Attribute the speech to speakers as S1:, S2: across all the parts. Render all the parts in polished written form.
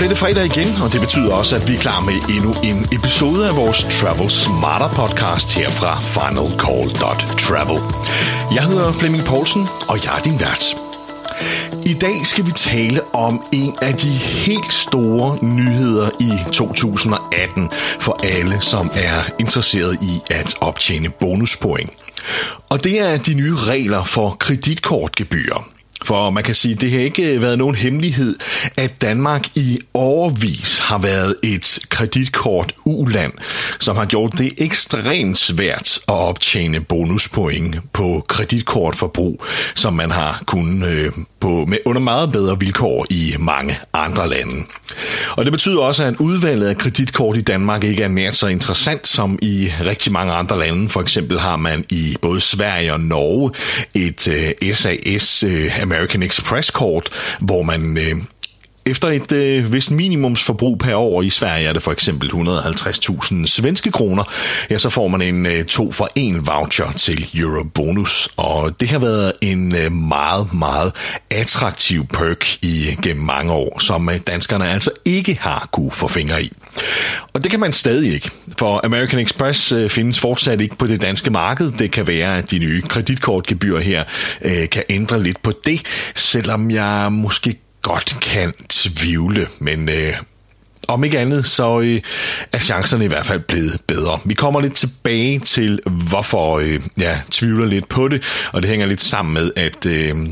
S1: bliver det fredag igen, og det betyder også, at vi er klar med endnu en episode af vores Travel Smarter podcast her fra finalcall.travel. Jeg hedder Flemming Poulsen, og jeg er din vært. I dag skal vi tale om en af de helt store nyheder i 2018 for alle, som er interesseret i at optjene bonuspoint. Og det er de nye regler for kreditkortgebyrer. For man kan sige, at det har ikke været nogen hemmelighed, at Danmark i årevis har været et kreditkort-uland, som har gjort det ekstremt svært at optjene bonuspoint på kreditkortforbrug, som man har kunnet under meget bedre vilkår i mange andre lande. Og det betyder også, at udvalget af kreditkort i Danmark ikke er mere så interessant som i rigtig mange andre lande. For eksempel har man i både Sverige og Norge et SAS American Express-kort, hvor man efter et vist minimumsforbrug per år, i Sverige er det for eksempel 150.000 svenske kroner, ja, så får man en 2-for-1 voucher til Eurobonus. Og det har været en meget, meget attraktiv perk gennem mange år, som danskerne altså ikke har kunne få fingre i. Og det kan man stadig ikke, for American Express findes fortsat ikke på det danske marked. Det kan være, at de nye kreditkortgebyrer her kan ændre lidt på det, selvom jeg måske godt kan tvivle, men om ikke andet, så er chancerne i hvert fald blevet bedre. Vi kommer lidt tilbage til, hvorfor jeg tvivler lidt på det, og det hænger lidt sammen med, at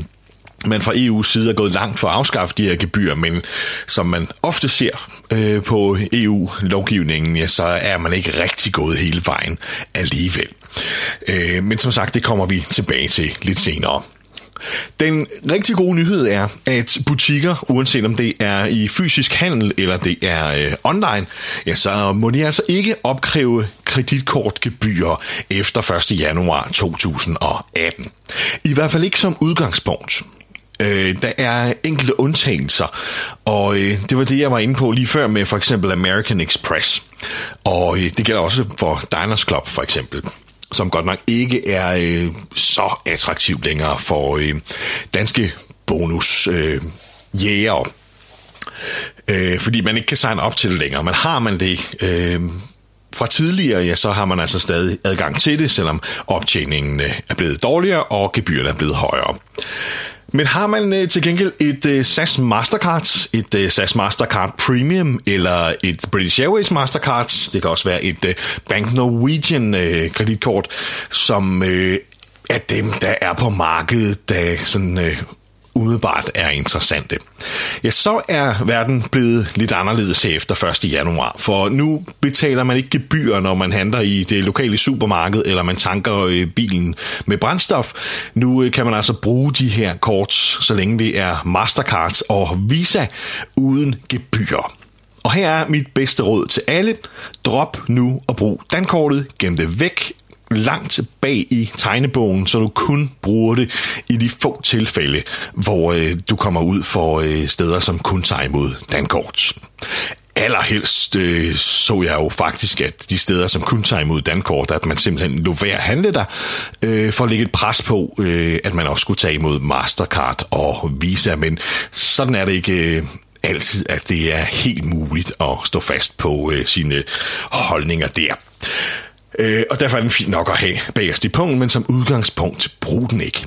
S1: man fra EU's side er gået langt for at afskaffe de her gebyrer, men som man ofte ser på EU-lovgivningen, ja, så er man ikke rigtig gået hele vejen alligevel. Men som sagt, det kommer vi tilbage til lidt senere. Den rigtig gode nyhed er, at butikker, uanset om det er i fysisk handel eller det er online, ja, så må de altså ikke opkræve kreditkortgebyrer efter 1. januar 2018. I hvert fald ikke som udgangspunkt. Der er enkelte undtagelser, og det var det, jeg var inde på lige før med for eksempel American Express. Og det gælder også for Diners Club for eksempel, som godt nok ikke er så attraktiv længere for danske bonusjægere. Fordi man ikke kan signe op til det længere. Men har man det fra tidligere, ja, så har man altså stadig adgang til det, selvom optjeningen er blevet dårligere og gebyrerne er blevet højere. Men har man til gengæld et SAS Mastercard, et SAS Mastercard Premium eller et British Airways Mastercard, det kan også være et Bank Norwegian kreditkort, som er dem, der er på markedet, der sådan umiddelbart er interessante. Ja, så er verden blevet lidt anderledes efter 1. januar, for nu betaler man ikke gebyr, når man handler i det lokale supermarked, eller man tanker bilen med brændstof. Nu kan man altså bruge de her kort, så længe det er Mastercards og Visa, uden gebyr. Og her er mit bedste råd til alle. Drop nu og brug dankortet, gem det væk langt bag i tegnebogen, så du kun bruger det i de få tilfælde, hvor du kommer ud for steder, som kun tager imod dankort. Allerhelst så jeg jo faktisk, at de steder, som kun tager imod dankort, at man simpelthen lå ved at handle der, for at lægge et pres på, at man også skulle tage imod Mastercard og Visa, men sådan er det ikke altid, at det er helt muligt at stå fast på sine holdninger der. Og derfor er den fint nok at have bagerst i punkten, men som udgangspunkt, brug den ikke.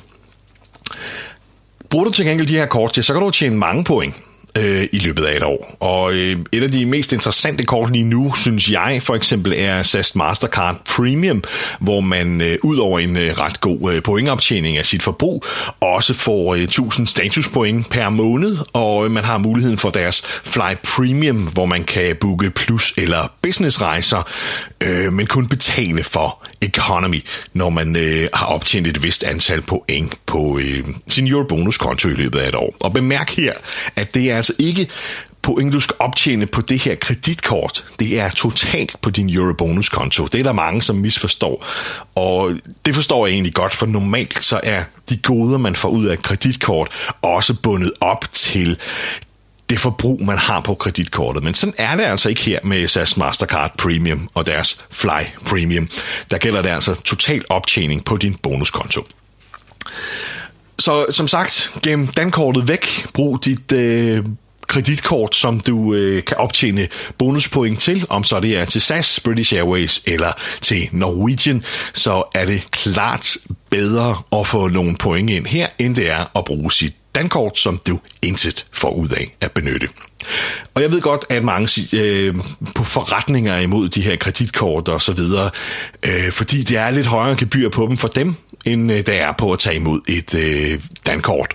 S1: Bruger du til gengæld de her kort, så kan du tjene mange point i løbet af et år. Og et af de mest interessante kort lige nu, synes jeg for eksempel, er SAS Mastercard Premium, hvor man ud over en ret god pointoptjening af sit forbrug, også får 1000 statuspoint per måned, og man har muligheden for deres Fly Premium, hvor man kan booke plus- eller businessrejser, men kun betale for economy, når man har optjent et vist antal point på sin Eurobonus-konto i løbet af et år. Og bemærk her, at det er altså ikke point, du skal optjene på det her kreditkort. Det er totalt på din Eurobonus-konto. Det er der mange, som misforstår. Og det forstår jeg egentlig godt, for normalt så er de goder, man får ud af et kreditkort, også bundet op til det forbrug, man har på kreditkortet. Men sådan er det altså ikke her med SAS Mastercard Premium og deres Fly Premium. Der gælder det altså total optjening på din bonuskonto. Så som sagt, gem dankortet væk. Brug dit kreditkort, som du kan optjene bonuspoint til, om så det er til SAS, British Airways eller til Norwegian, så er det klart bedre at få nogle point ind her, end det er at bruge sit dankort, som du intet får ud af at benytte. Og jeg ved godt, at mange på forretninger er imod de her kreditkort og så videre, fordi det er lidt højere gebyr på dem for dem, end det er på at tage imod et dankort.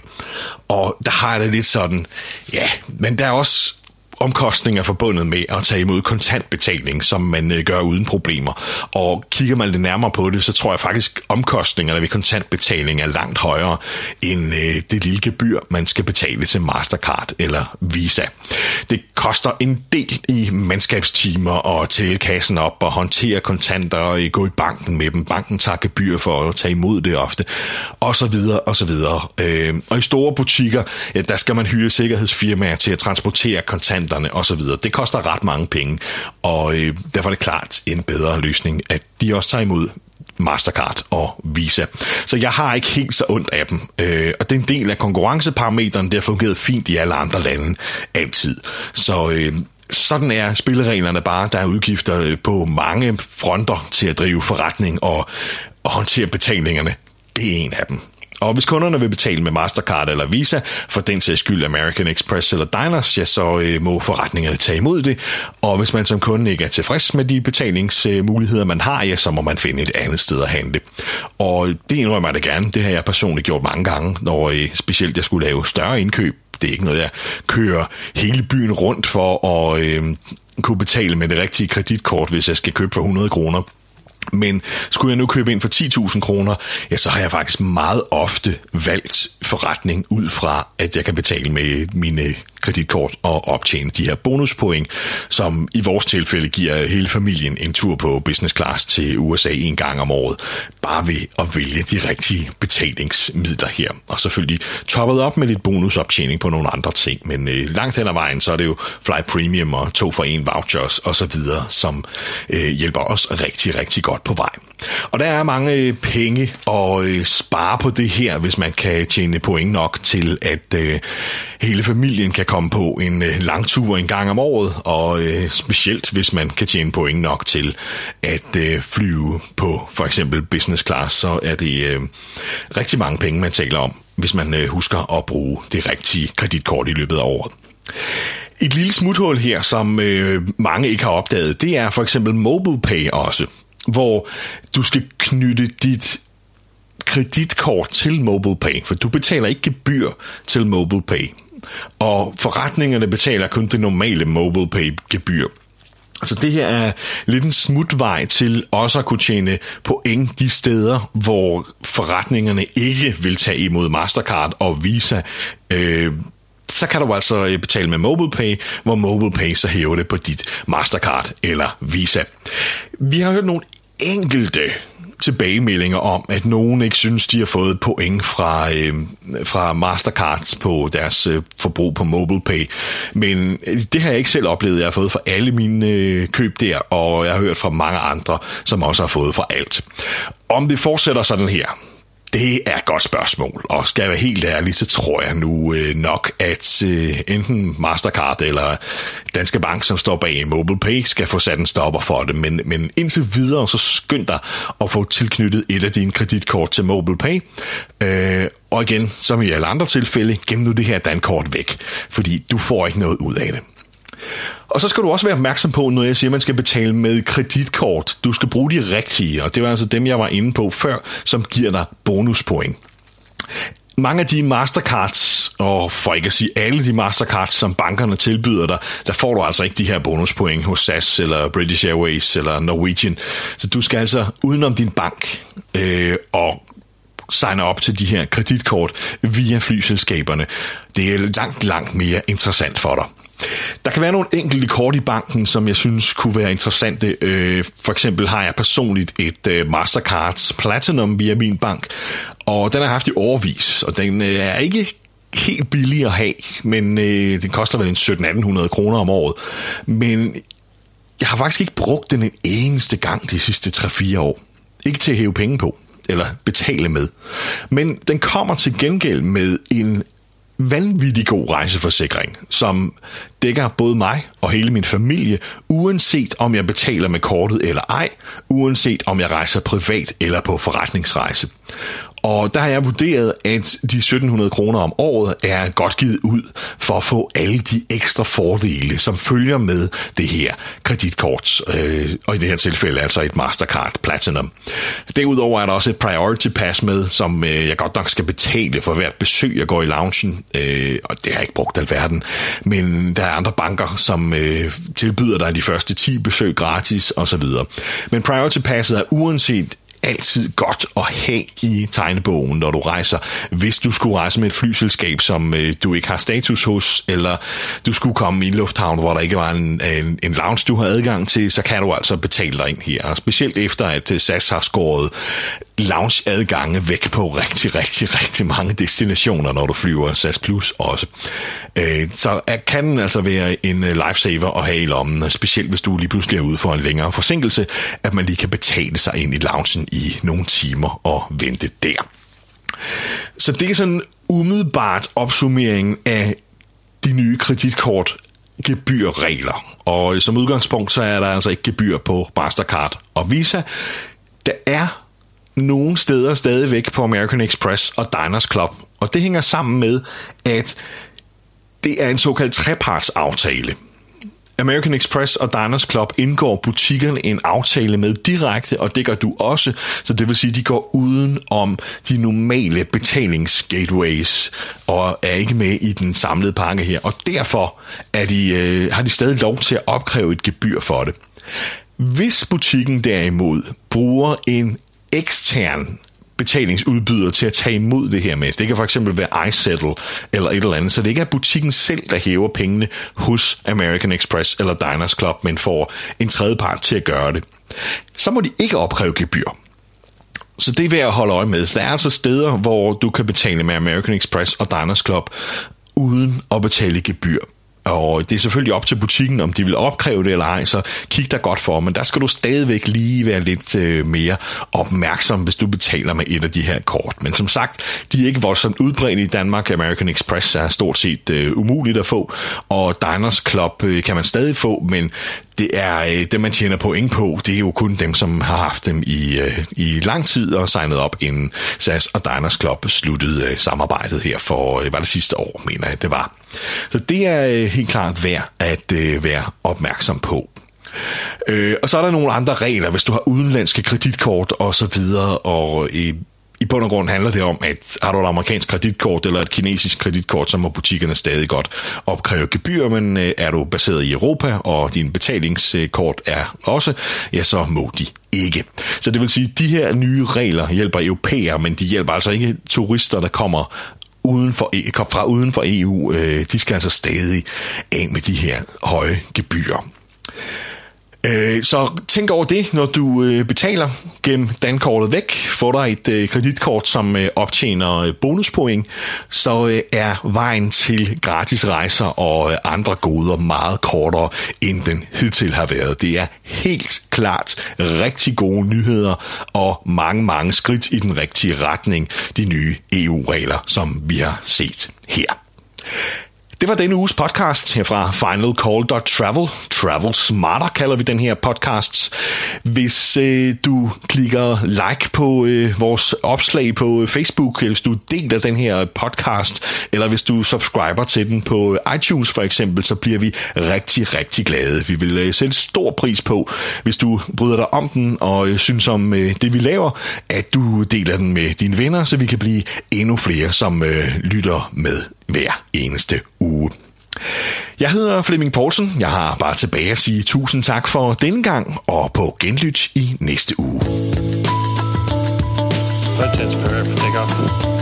S1: Og der har jeg det lidt sådan, ja, men der er også omkostninger forbundet med at tage imod kontantbetaling, som man gør uden problemer. Og kigger man lidt nærmere på det, så tror jeg faktisk, omkostningerne ved kontantbetaling er langt højere end det lille gebyr, man skal betale til Mastercard eller Visa. Det koster en del i mandskabstimer at tælle kassen op og håndtere kontanter og gå i banken med dem. Banken tager gebyr for at tage imod det ofte, og så videre, og så videre. Og i store butikker, ja, der skal man hyre sikkerhedsfirmaer til at transportere kontanter og så videre. Det koster ret mange penge, og derfor er det klart en bedre løsning, at de også tager imod Mastercard og Visa. Så jeg har ikke helt så ondt af dem, og det er en del af konkurrenceparameteren, der har fungeret fint i alle andre lande altid. Så sådan er spillereglerne bare. Der er udgifter på mange fronter til at drive forretning og håndtere betalingerne. Det er en af dem. Og hvis kunderne vil betale med Mastercard eller Visa, for den sags skyld American Express eller Diners, ja, så må forretningerne tage imod det. Og hvis man som kunde ikke er tilfreds med de betalingsmuligheder, man har, ja, så må man finde et andet sted at handle. Og det indrømmer jeg da gerne. Det har jeg personligt gjort mange gange, når specielt jeg skulle lave større indkøb. Det er ikke noget, jeg kører hele byen rundt for at kunne betale med det rigtige kreditkort, hvis jeg skal købe for 100 kroner. Men skulle jeg nu købe ind for 10.000 kroner, ja, så har jeg faktisk meget ofte valgt forretning ud fra, at jeg kan betale med mine kreditkort og optjene de her bonuspoint, som i vores tilfælde giver hele familien en tur på business class til USA en gang om året, bare ved at vælge de rigtige betalingsmidler her. Og selvfølgelig toppet op med lidt bonusoptjening på nogle andre ting, men langt hen ad vejen, så er det jo Fly Premium og 2-for-1 vouchers og så videre, som hjælper os rigtig, rigtig godt på vej. Og der er mange penge at spare på det her, hvis man kan tjene point nok til, at hele familien kan komme på en lang tur en gang om året, og specielt hvis man kan tjene point nok til at flyve på for eksempel business class, så er det rigtig mange penge, man taler om, hvis man husker at bruge det rigtige kreditkort i løbet af året. Et lille smuthul her, som mange ikke har opdaget, det er for eksempel MobilePay også, hvor du skal knytte dit kreditkort til MobilePay, for du betaler ikke gebyr til MobilePay, og forretningerne betaler kun det normale MobilePay-gebyr. Så det her er lidt en smutvej til også at kunne tjene point de steder, hvor forretningerne ikke vil tage imod Mastercard og Visa. Så kan du altså betale med MobilePay, hvor MobilePay så hæver det på dit Mastercard eller Visa. Vi har hørt nogle enkelte tilbagemeldinger om, at nogen ikke synes, de har fået point fra Mastercard på deres forbrug på MobilePay. Men det har jeg ikke selv oplevet. Jeg har fået fra alle mine køb der, og jeg har hørt fra mange andre, som også har fået fra alt. Om det fortsætter sådan her, det er et godt spørgsmål, og skal jeg være helt ærlig, så tror jeg nu nok, at enten Mastercard eller Danske Bank, som står bag MobilePay, skal få sat en stopper for det. Men indtil videre, så skynd dig at få tilknyttet et af dine kreditkort til MobilePay. Og igen, som i alle andre tilfælde, gem nu det her dankort væk, fordi du får ikke noget ud af det. Og så skal du også være opmærksom på, når jeg siger, at man skal betale med kreditkort. Du skal bruge de rigtige, og det var altså dem, jeg var inde på før, som giver dig bonuspoint. Mange af de Mastercards, og for ikke at sige alle de Mastercards, som bankerne tilbyder dig, der får du altså ikke de her bonuspoint hos SAS eller British Airways eller Norwegian. Så du skal altså udenom din bank og signe op til de her kreditkort via flyselskaberne. Det er langt mere interessant for dig. Der kan være nogle enkelte kort i banken, som jeg synes kunne være interessante. For eksempel har jeg personligt et Mastercards Platinum via min bank, og den har jeg haft i årevis, og den er ikke helt billig at have, men den koster vel en 1700-1800 kroner om året. Men jeg har faktisk ikke brugt den en eneste gang de sidste 3-4 år. Ikke til at hæve penge på, eller betale med. Men den kommer til gengæld med en vanvittig god rejseforsikring, som dækker både mig og hele min familie, uanset om jeg betaler med kortet eller ej, uanset om jeg rejser privat eller på forretningsrejse. Og der har jeg vurderet, at de 1.700 kroner om året er godt givet ud for at få alle de ekstra fordele, som følger med det her kreditkort. Og i det her tilfælde altså et Mastercard Platinum. Derudover er der også et Priority Pass med, som jeg godt nok skal betale for hvert besøg, jeg går i loungen. Og det har jeg ikke brugt alverden. Men der er andre banker, som tilbyder dig de første 10 besøg gratis osv. Men Priority Passet er uanset altid godt at have i tegnebogen, når du rejser. Hvis du skulle rejse med et flyselskab, som du ikke har status hos, eller du skulle komme i en lufthavn, hvor der ikke var en lounge, du har adgang til, så kan du altså betale dig ind her. Og specielt efter, at SAS har skåret lounge-adgange væk på rigtig mange destinationer, når du flyver SAS Plus også. Så kan den altså være en lifesaver at have i lommen, specielt hvis du lige pludselig er ude for en længere forsinkelse, at man lige kan betale sig ind i loungen i nogle timer og vente der. Så det er sådan umiddelbart opsummering af de nye kreditkortgebyrregler. Og som udgangspunkt, så er der altså ikke gebyr på Mastercard og Visa. Der er nogle steder stadigvæk på American Express og Diners Club, og det hænger sammen med, at det er en såkaldt trepartsaftale. American Express og Diners Club indgår butikkerne en aftale med direkte, og det gør du også, så det vil sige, at de går uden om de normale betalingsgateways og er ikke med i den samlede pakke her, og derfor har de stadig lov til at opkræve et gebyr for det. Hvis butikken derimod bruger en ekstern betalingsudbyder til at tage imod det her med. Det kan for eksempel være iSettle eller et eller andet, så det ikke er butikken selv, der hæver pengene hos American Express eller Diners Club, men får en tredjepart til at gøre det. Så må de ikke opkræve gebyr. Så det er værd at holde øje med. Så der er altså steder, hvor du kan betale med American Express og Diners Club uden at betale gebyr. Og det er selvfølgelig op til butikken, om de vil opkræve det eller ej, så kig dig godt for, men der skal du stadigvæk lige være lidt mere opmærksom, hvis du betaler med et af de her kort. Men som sagt, de er ikke voldsomt udbredt i Danmark. American Express er stort set umuligt at få, og Diners Club kan man stadig få, men det er det, man tjener point på. Det er jo kun dem, som har haft dem i lang tid og signet op, inden SAS og Diners Club sluttede samarbejdet her for, var det sidste år, mener jeg, det var. Så det er helt klart værd at være opmærksom på. Og så er der nogle andre regler, hvis du har udenlandske kreditkort og så videre, og i bund og grund handler det om, at har du et amerikansk kreditkort eller et kinesisk kreditkort, så må butikkerne stadig godt opkræve gebyr, men er du baseret i Europa, og din betalingskort er også, ja, så må de ikke. Så det vil sige, at de her nye regler hjælper europæere, men de hjælper altså ikke turister, der kommer fra uden for EU. De skal altså stadig af med de her høje gebyrer. Så tænk over det, når du betaler gennem dankortet væk. Får dig et kreditkort, som optjener bonuspoint, så er vejen til gratis rejser og andre goder meget kortere, end den hidtil har været. Det er helt klart rigtig gode nyheder og mange skridt i den rigtige retning, de nye EU-regler, som vi har set her. Det var denne uges podcast her fra finalcall.travel. Travel Smarter kalder vi den her podcast. Hvis du klikker like på vores opslag på Facebook, eller hvis du deler den her podcast, eller hvis du subscriber til den på iTunes for eksempel, så bliver vi rigtig glade. Vi vil sætte stor pris på, hvis du bryder dig om den og synes om det vi laver, at du deler den med dine venner, så vi kan blive endnu flere, som lytter med hver eneste uge. Jeg hedder Flemming Poulsen. Jeg har bare tilbage at sige tusind tak for denne gang, og på genlyt i næste uge.
S2: Let's prepare for takeoff.